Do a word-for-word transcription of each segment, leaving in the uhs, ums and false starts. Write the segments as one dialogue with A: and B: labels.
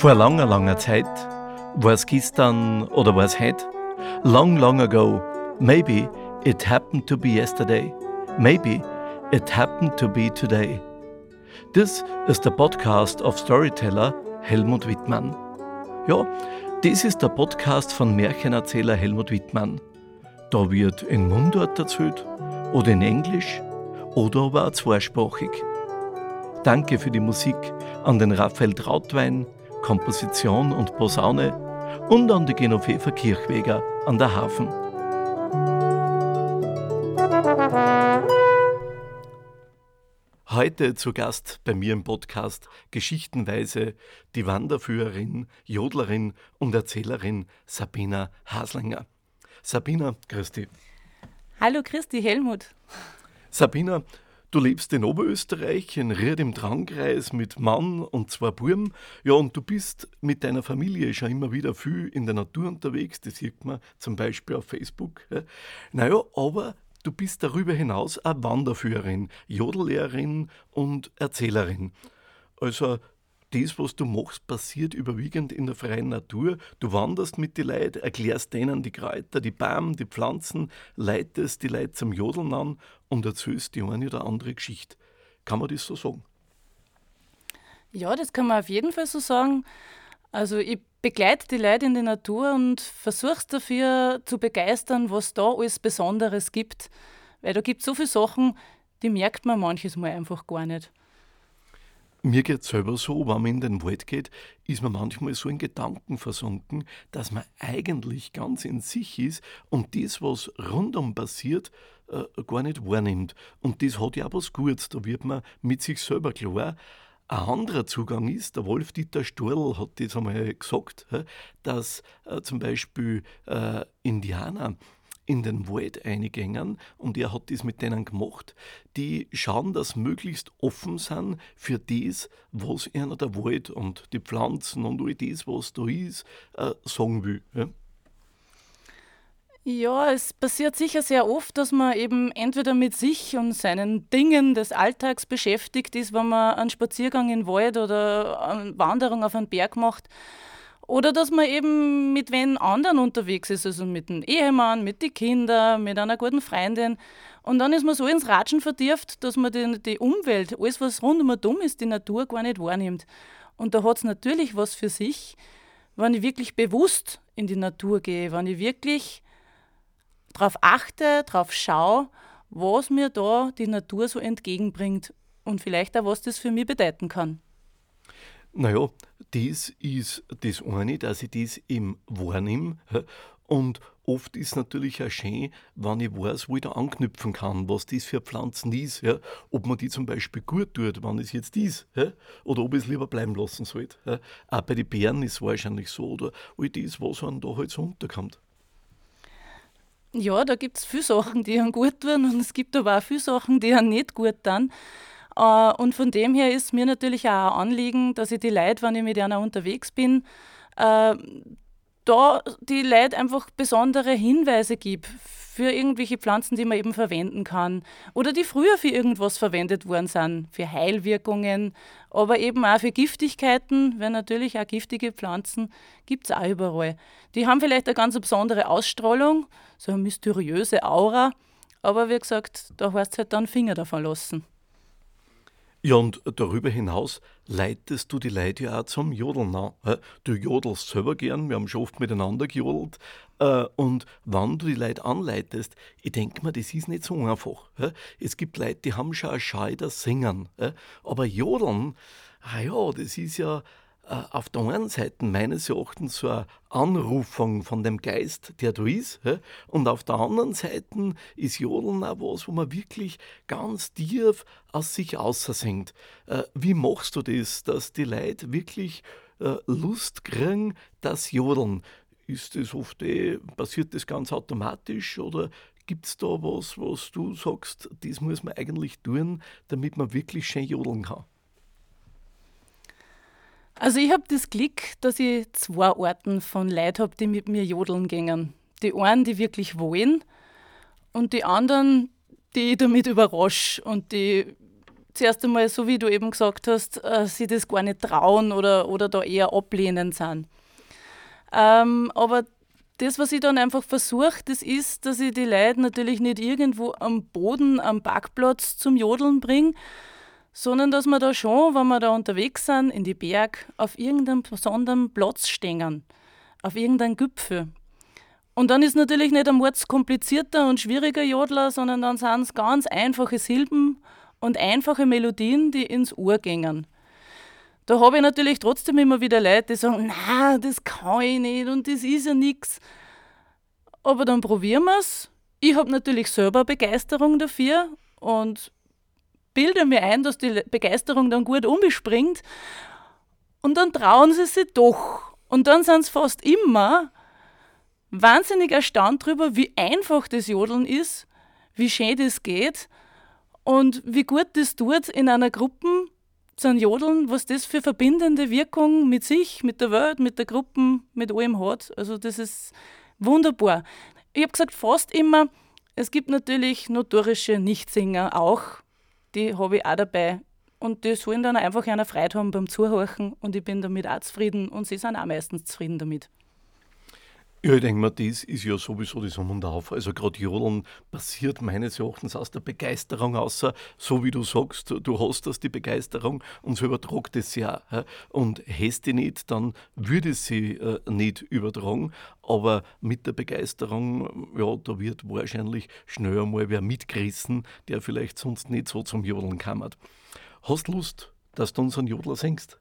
A: Vor langer, langer Zeit, war es gestern oder war es heute? Long, long ago, maybe it happened to be yesterday, maybe it happened to be today. Das ist der Podcast of Storyteller Helmut Wittmann. Ja, das ist der Podcast von Märchenerzähler Helmut Wittmann. Da wird in Mundart erzählt oder in Englisch oder aber auch zweisprachig. Danke für die Musik an den Raphael Trautwein, Komposition und Posaune und an die Genoveva Kirchweger an der Hafen. Heute zu Gast bei mir im Podcast Geschichtenweise die Wanderführerin, Jodlerin und Erzählerin Sabina Haslinger. Sabina, grüß dich.
B: Hallo, grüß dich, Helmut.
A: Sabina, du lebst in Oberösterreich, in Ried im Drangkreis mit Mann und zwei Buben. Ja, und du bist mit deiner Familie schon immer wieder viel in der Natur unterwegs. Das sieht man zum Beispiel auf Facebook. Ja. Naja, aber du bist darüber hinaus eine Wanderführerin, Jodellehrerin und Erzählerin. Also das, was du machst, passiert überwiegend in der freien Natur. Du wanderst mit den Leuten, erklärst denen die Kräuter, die Bäume, die Pflanzen, leitest die Leute zum Jodeln an und erzählst die eine oder andere Geschichte. Kann man das so sagen?
B: Ja, das kann man auf jeden Fall so sagen. Also ich begleite die Leute in die Natur und versuche es dafür zu begeistern, was da alles Besonderes gibt. Weil da gibt es so viele Sachen, die merkt man manches Mal einfach gar nicht.
A: Mir geht es selber so, wenn man in den Wald geht, ist man manchmal so in Gedanken versunken, dass man eigentlich ganz in sich ist und das, was rundum passiert, äh, gar nicht wahrnimmt. Und das hat ja auch was Gutes, da wird man mit sich selber klar. Ein anderer Zugang ist, der Wolf-Dieter Storl hat das einmal gesagt, dass äh, zum Beispiel äh, Indianer in den Wald eingängen und er hat das mit denen gemacht, die schauen, dass möglichst offen sind für das, was ihnen der Wald und die Pflanzen und all das, was da ist, äh, sagen will. Ja?
B: Ja, es passiert sicher sehr oft, dass man eben entweder mit sich und seinen Dingen des Alltags beschäftigt ist, wenn man einen Spaziergang in den Wald oder eine Wanderung auf einen Berg macht. Oder dass man eben mit wen anderen unterwegs ist, also mit dem Ehemann, mit den Kindern, mit einer guten Freundin. Und dann ist man so ins Ratschen vertieft, dass man die, die Umwelt, alles was rund um dumm ist, die Natur gar nicht wahrnimmt. Und da hat es natürlich was für sich, wenn ich wirklich bewusst in die Natur gehe, wenn ich wirklich darauf achte, darauf schaue, was mir da die Natur so entgegenbringt und vielleicht auch, was das für mich bedeuten kann.
A: Naja, das ist das eine, dass ich das eben wahrnehme. Und oft ist es natürlich auch schön, wenn ich weiß, wo ich da anknüpfen kann, was das für Pflanzen ist. Ja. Ob man die zum Beispiel gut tut, wenn es jetzt ist. Ja. Oder ob ich es lieber bleiben lassen sollte. Ja. Auch bei den Bären ist es wahrscheinlich so. Oder all das, was einem da halt so unterkommt.
B: Ja, da gibt es viele Sachen, die einem gut tun und es gibt aber auch viele Sachen, die einem nicht gut tun. Und von dem her ist mir natürlich auch ein Anliegen, dass ich die Leute, wenn ich mit einer unterwegs bin, äh, da die Leute einfach besondere Hinweise gebe für irgendwelche Pflanzen, die man eben verwenden kann oder die früher für irgendwas verwendet worden sind, für Heilwirkungen, aber eben auch für Giftigkeiten, weil natürlich auch giftige Pflanzen gibt es auch überall. Die haben vielleicht eine ganz besondere Ausstrahlung, so eine mysteriöse Aura, aber wie gesagt, da heißt es halt dann Finger davon lassen.
A: Ja, und darüber hinaus leitest du die Leute ja auch zum Jodeln an. Du jodelst selber gern, wir haben schon oft miteinander gejodelt. Und wenn du die Leute anleitest, ich denke mir, das ist nicht so einfach. Es gibt Leute, die haben schon eine Scheu, das Singen. Aber Jodeln, ah ja, das ist ja auf der einen Seite meines Erachtens so eine Anrufung von dem Geist, der da ist. Und auf der anderen Seite ist Jodeln auch was, wo man wirklich ganz tief aus sich aussingt. Wie machst du das, dass die Leute wirklich Lust kriegen, das Jodeln? Ist das oft eh, passiert das ganz automatisch oder gibt es da was, was du sagst, das muss man eigentlich tun, damit man wirklich schön jodeln kann?
B: Also ich habe das Glück, dass ich zwei Arten von Leuten habe, die mit mir jodeln gehen. Die einen, die wirklich wollen und die anderen, die ich damit überrasche und die zuerst einmal, so wie du eben gesagt hast, äh, sie das gar nicht trauen oder, oder da eher ablehnend sind. Ähm, aber das, was ich dann einfach versuche, das ist, dass ich die Leute natürlich nicht irgendwo am Boden, am Parkplatz zum Jodeln bringe, sondern dass wir da schon, wenn wir da unterwegs sind, in die Berg, auf irgendeinem besonderen Platz stehen, auf irgendeinem Gipfel. Und dann ist natürlich nicht ein mords komplizierter und schwieriger Jodler, sondern dann sind es ganz einfache Silben und einfache Melodien, die ins Ohr gingen. Da habe ich natürlich trotzdem immer wieder Leute, die sagen, na, das kann ich nicht und das ist ja nichts. Aber dann probieren wir es. Ich habe natürlich selber Begeisterung dafür und bilde mir ein, dass die Begeisterung dann gut umspringt. Und dann trauen sie sich doch. Und dann sind sie fast immer wahnsinnig erstaunt darüber, wie einfach das Jodeln ist, wie schön das geht und wie gut das tut, in einer Gruppe zu Jodeln, was das für verbindende Wirkung mit sich, mit der Welt, mit der Gruppe, mit allem hat. Also das ist wunderbar. Ich habe gesagt, fast immer. Es gibt natürlich notorische Nichtsinger auch, die habe ich auch dabei. Und die sollen dann einfach eine Freude haben beim Zuhören und ich bin damit auch zufrieden und sie sind auch meistens zufrieden damit.
A: Ja, ich denke mal, das ist ja sowieso das Um und Auf. Also gerade Jodeln passiert meines Erachtens aus der Begeisterung, außer so wie du sagst, du hast das, die Begeisterung und so übertragt es ja. ja. Und hast die nicht, dann würde es sie äh, nicht übertragen. Aber mit der Begeisterung, ja, da wird wahrscheinlich schnell einmal wer mitgerissen, der vielleicht sonst nicht so zum Jodeln kam. Hast Lust, dass du unseren Jodler singst?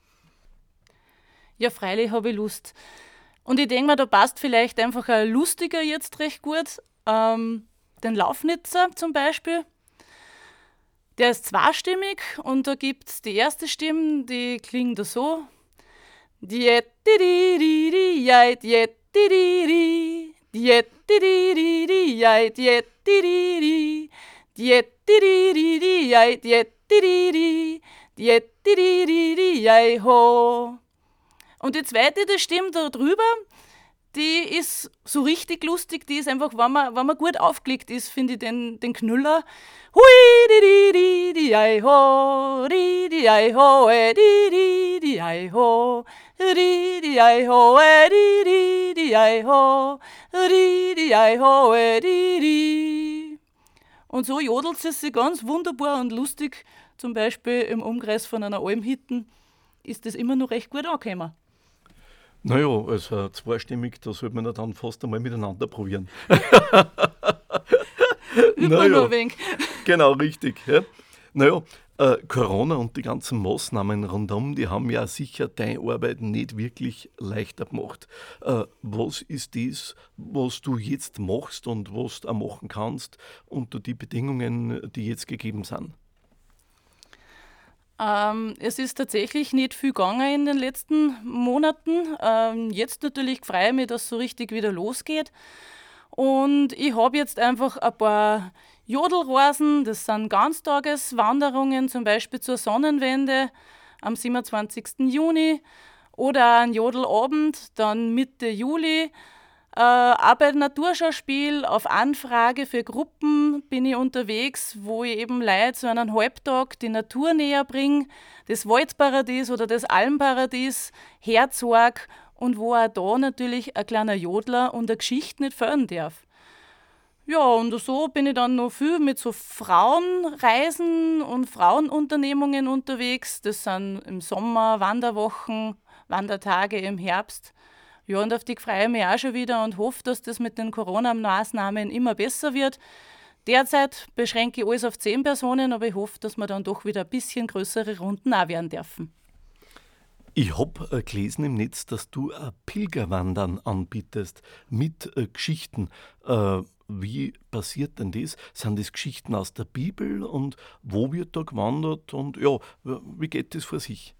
B: Ja, freilich habe ich Lust. Und ich denke mir, da passt vielleicht einfach ein lustiger jetzt recht gut. Ähm, den Laufnitzer zum Beispiel. Der ist zweistimmig und da gibt es die erste Stimme, die klingt da so. Diet-di-di-di-di, diet-di-di-di, diet-di-di-di-di, diet-di-di-di, diet-di-di-di-di, diet-di-di-di, diet-di-di-di-di, ho. Und die zweite, die Stimme da drüber, die ist so richtig lustig, die ist einfach, wenn man, wenn man gut aufgelegt ist, finde ich den, den Knüller. Hui, di, di, di, di, ei, ho, di, di, ei, ho, e, di, di, di, ei, ho, di, di, ei, ho, e, di, di, di, ei, ho, di, di, ei, ho, e, di, di. Und so jodelt es sich ganz wunderbar und lustig, zum Beispiel im Umkreis von einer Almhütte, ist das immer noch recht gut angekommen.
A: Naja, also zweistimmig, da sollte man dann fast einmal miteinander probieren.
B: Übt man nur ein wenig.
A: Genau, richtig. Ja. Naja, äh, Corona und die ganzen Maßnahmen rundum, die haben ja sicher deine Arbeit nicht wirklich leichter gemacht. Äh, was ist das, was du jetzt machst und was du auch machen kannst unter die Bedingungen, die jetzt gegeben sind?
B: Ähm, es ist tatsächlich nicht viel gegangen in den letzten Monaten. Ähm, jetzt natürlich freue ich mich, dass es so richtig wieder losgeht. Und ich habe jetzt einfach ein paar Jodelreisen, das sind Ganztageswanderungen, zum Beispiel zur Sonnenwende am siebenundzwanzigsten Juni oder ein Jodelabend dann Mitte Juli. Äh, auch bei Naturschauspiel auf Anfrage für Gruppen bin ich unterwegs, wo ich eben Leute so einen Halbtag die Natur näher bringe, das Waldparadies oder das Almparadies herzeige und wo auch da natürlich ein kleiner Jodler und eine Geschichte nicht fehlen darf. Ja, und so bin ich dann noch viel mit so Frauenreisen und Frauenunternehmungen unterwegs. Das sind im Sommer Wanderwochen, Wandertage im Herbst. Ja, und auf die freue ich mich auch schon wieder und hoffe, dass das mit den Corona-Maßnahmen immer besser wird. Derzeit beschränke ich alles auf zehn Personen, aber ich hoffe, dass wir dann doch wieder ein bisschen größere Runden auch werden dürfen.
A: Ich habe gelesen im Netz, dass du ein Pilgerwandern anbietest mit äh, Geschichten. Äh, wie passiert denn das? Sind das Geschichten aus der Bibel und wo wird da gewandert und ja, wie geht das vor sich?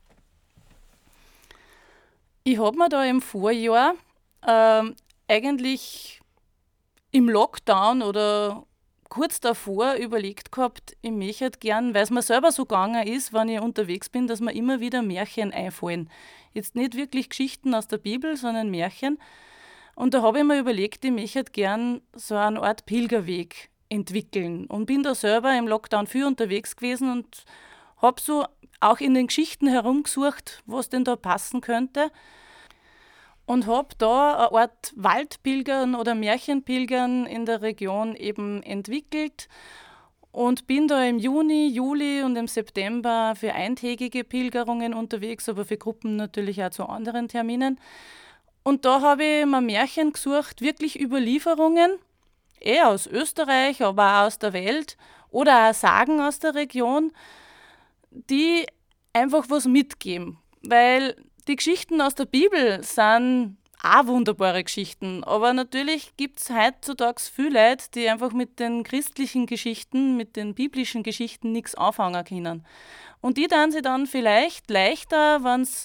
B: Ich habe mir da im Vorjahr ähm, eigentlich im Lockdown oder kurz davor überlegt gehabt, ich möchte gern, weil es mir selber so gegangen ist, wenn ich unterwegs bin, dass mir immer wieder Märchen einfallen. Jetzt nicht wirklich Geschichten aus der Bibel, sondern Märchen. Und da habe ich mir überlegt, ich möchte gern so eine Art Pilgerweg entwickeln. Und bin da selber im Lockdown viel unterwegs gewesen und habe so auch in den Geschichten herumgesucht, was denn da passen könnte. Und habe da eine Art Waldpilgern oder Märchenpilgern in der Region eben entwickelt und bin da im Juni, Juli und im September für eintägige Pilgerungen unterwegs, aber für Gruppen natürlich auch zu anderen Terminen. Und da habe ich mir Märchen gesucht, wirklich Überlieferungen, eher aus Österreich, aber auch aus der Welt oder auch Sagen aus der Region, die einfach was mitgeben. Weil die Geschichten aus der Bibel sind auch wunderbare Geschichten, aber natürlich gibt es heutzutage viele Leute, die einfach mit den christlichen Geschichten, mit den biblischen Geschichten nichts anfangen können. Und die tun sie dann vielleicht leichter, wenn es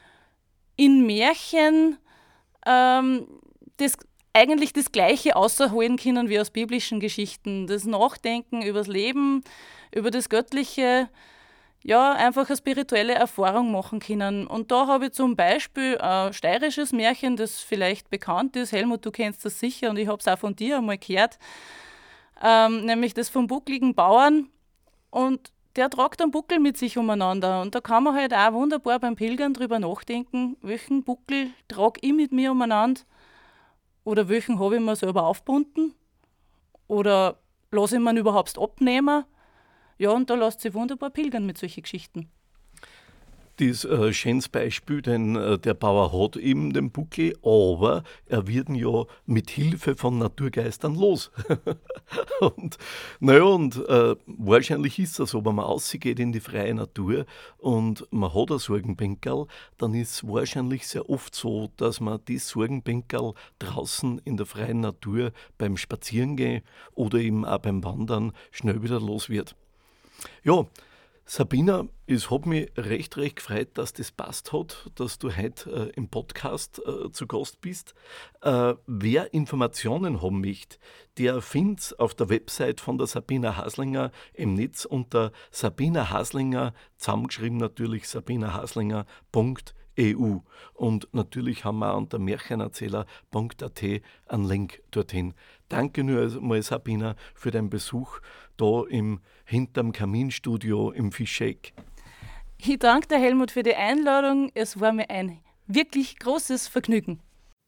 B: in Märchen ähm, das, eigentlich das Gleiche außerholen können wie aus biblischen Geschichten. Das Nachdenken über das Leben, über das Göttliche, ja, einfach eine spirituelle Erfahrung machen können. Und da habe ich zum Beispiel ein steirisches Märchen, das vielleicht bekannt ist. Helmut, du kennst das sicher und ich habe es auch von dir einmal gehört. Ähm, nämlich das vom buckligen Bauern. Und der tragt einen Buckel mit sich umeinander. Und da kann man halt auch wunderbar beim Pilgern drüber nachdenken, welchen Buckel trage ich mit mir umeinander oder welchen habe ich mir selber aufgebunden oder lasse ich mir ihn überhaupt abnehmen. Ja, und da lässt sich wunderbar pilgern mit solchen Geschichten.
A: Das ist ein schönes Beispiel, denn äh, der Bauer hat eben den Buckel, aber er wird ihn ja mit Hilfe von Naturgeistern los. und naja, und äh, wahrscheinlich ist das so, wenn man rausgeht in die freie Natur und man hat ein Sorgenbänkerl, dann ist es wahrscheinlich sehr oft so, dass man das Sorgenbänkerl draußen in der freien Natur beim Spazierengehen oder eben auch beim Wandern schnell wieder los wird. Ja, Sabina, es hat mich recht, recht gefreut, dass das passt hat, dass du heute äh, im Podcast äh, zu Gast bist. Äh, wer Informationen haben möchte, der findet es auf der Website von der Sabina Haslinger im Netz unter Sabina Haslinger, zusammengeschrieben natürlich sabina haslinger punkt e u. Und natürlich haben wir auch unter märchenerzähler punkt a t einen Link dorthin. Danke nur einmal, Sabina, für deinen Besuch da im hinterm Kaminstudio im Fischeck.
B: Ich danke dir, Helmut, für die Einladung. Es war mir ein wirklich großes Vergnügen.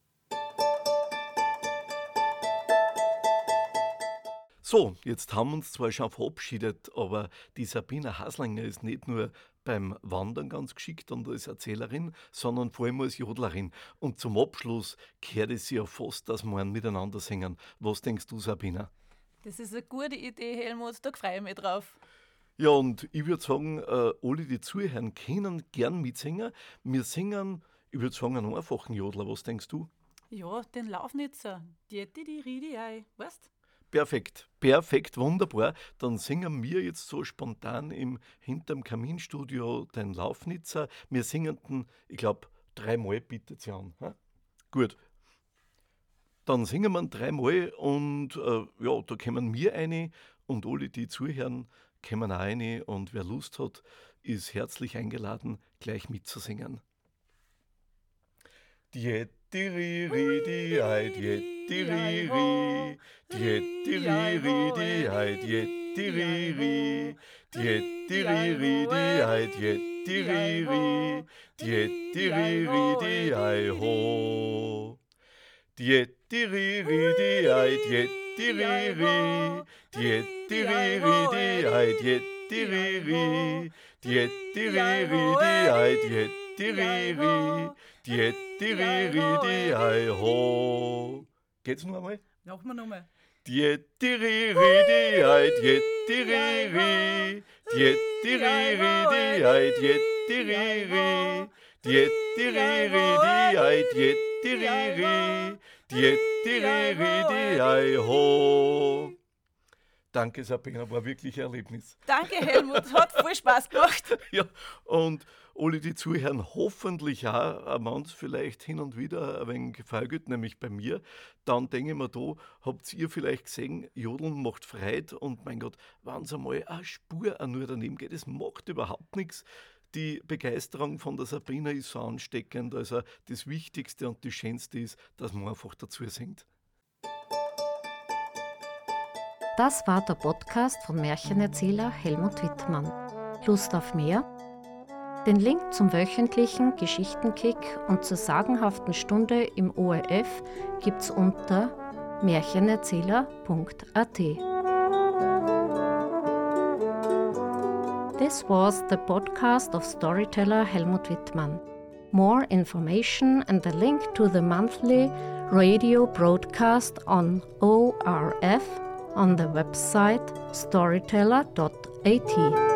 A: So, jetzt haben wir uns zwar schon verabschiedet, aber die Sabina Haslinger ist nicht nur beim Wandern ganz geschickt und als Erzählerin, sondern vor allem als Jodlerin. Und zum Abschluss gehört es ja fast, dass wir einen miteinander singen. Was denkst du, Sabina?
B: Das ist eine gute Idee, Helmut, da freue ich mich drauf.
A: Ja, und ich würde sagen, äh, alle, die zuhören, können gern mitsingen. Wir singen, ich würde sagen, einen einfachen Jodler. Was denkst du?
B: Ja, den Laufnitzer. Die, die, die, die, die, weißt?
A: Perfekt, perfekt, wunderbar. Dann singen wir jetzt so spontan im hinterm Kaminstudio den Laufnitzer. Wir singen den, ich glaube, dreimal, bietet sie an. Ha? Gut. Dann singen wir ihn dreimal und äh, ja, da kommen wir rein und alle, die zuhören, kommen auch rein und wer Lust hat, ist herzlich eingeladen, gleich mitzusingen. Dietiriri, die ei, dietiriri, dietiriri, die ei, dietiriri, dietiriri, die ei, dietiriri, dietiriri, die ei, ho. Dietiriri, die ei, dietiriri, dietiriri, die ei, dietiriri, dietiriri, die ei, dietiriri, dietiriri, die ei, ho. Geht's noch einmal?
B: Machen wir nochmal.
A: Dietiriri, die ei, dietiriri, dietiriri, die ei, dietiriri, dietiriri, die ei, dietiriri, dietiriri, die ei, ho. Danke, Sabina, war wirklich ein Erlebnis.
B: Danke, Helmut, hat voll Spaß gemacht.
A: Ja, und alle, die zuhören, hoffentlich auch, am uns vielleicht hin und wieder ein wenig gefolgt, nämlich bei mir, dann denke ich mir da, habt ihr vielleicht gesehen, Jodeln macht Freude und mein Gott, wenn es einmal eine Spur auch nur daneben geht, es macht überhaupt nichts. Die Begeisterung von der Sabina ist so ansteckend, also das Wichtigste und das Schönste ist, dass man einfach dazu singt.
C: Das war der Podcast von Märchenerzähler Helmut Wittmann. Lust auf mehr? Den Link zum wöchentlichen Geschichtenkick und zur sagenhaften Stunde im O R F gibt's unter märchenerzähler punkt a t. This was the podcast of storyteller Helmut Wittmann. More information and the link to the monthly radio broadcast on O R F on the website storyteller dot a t.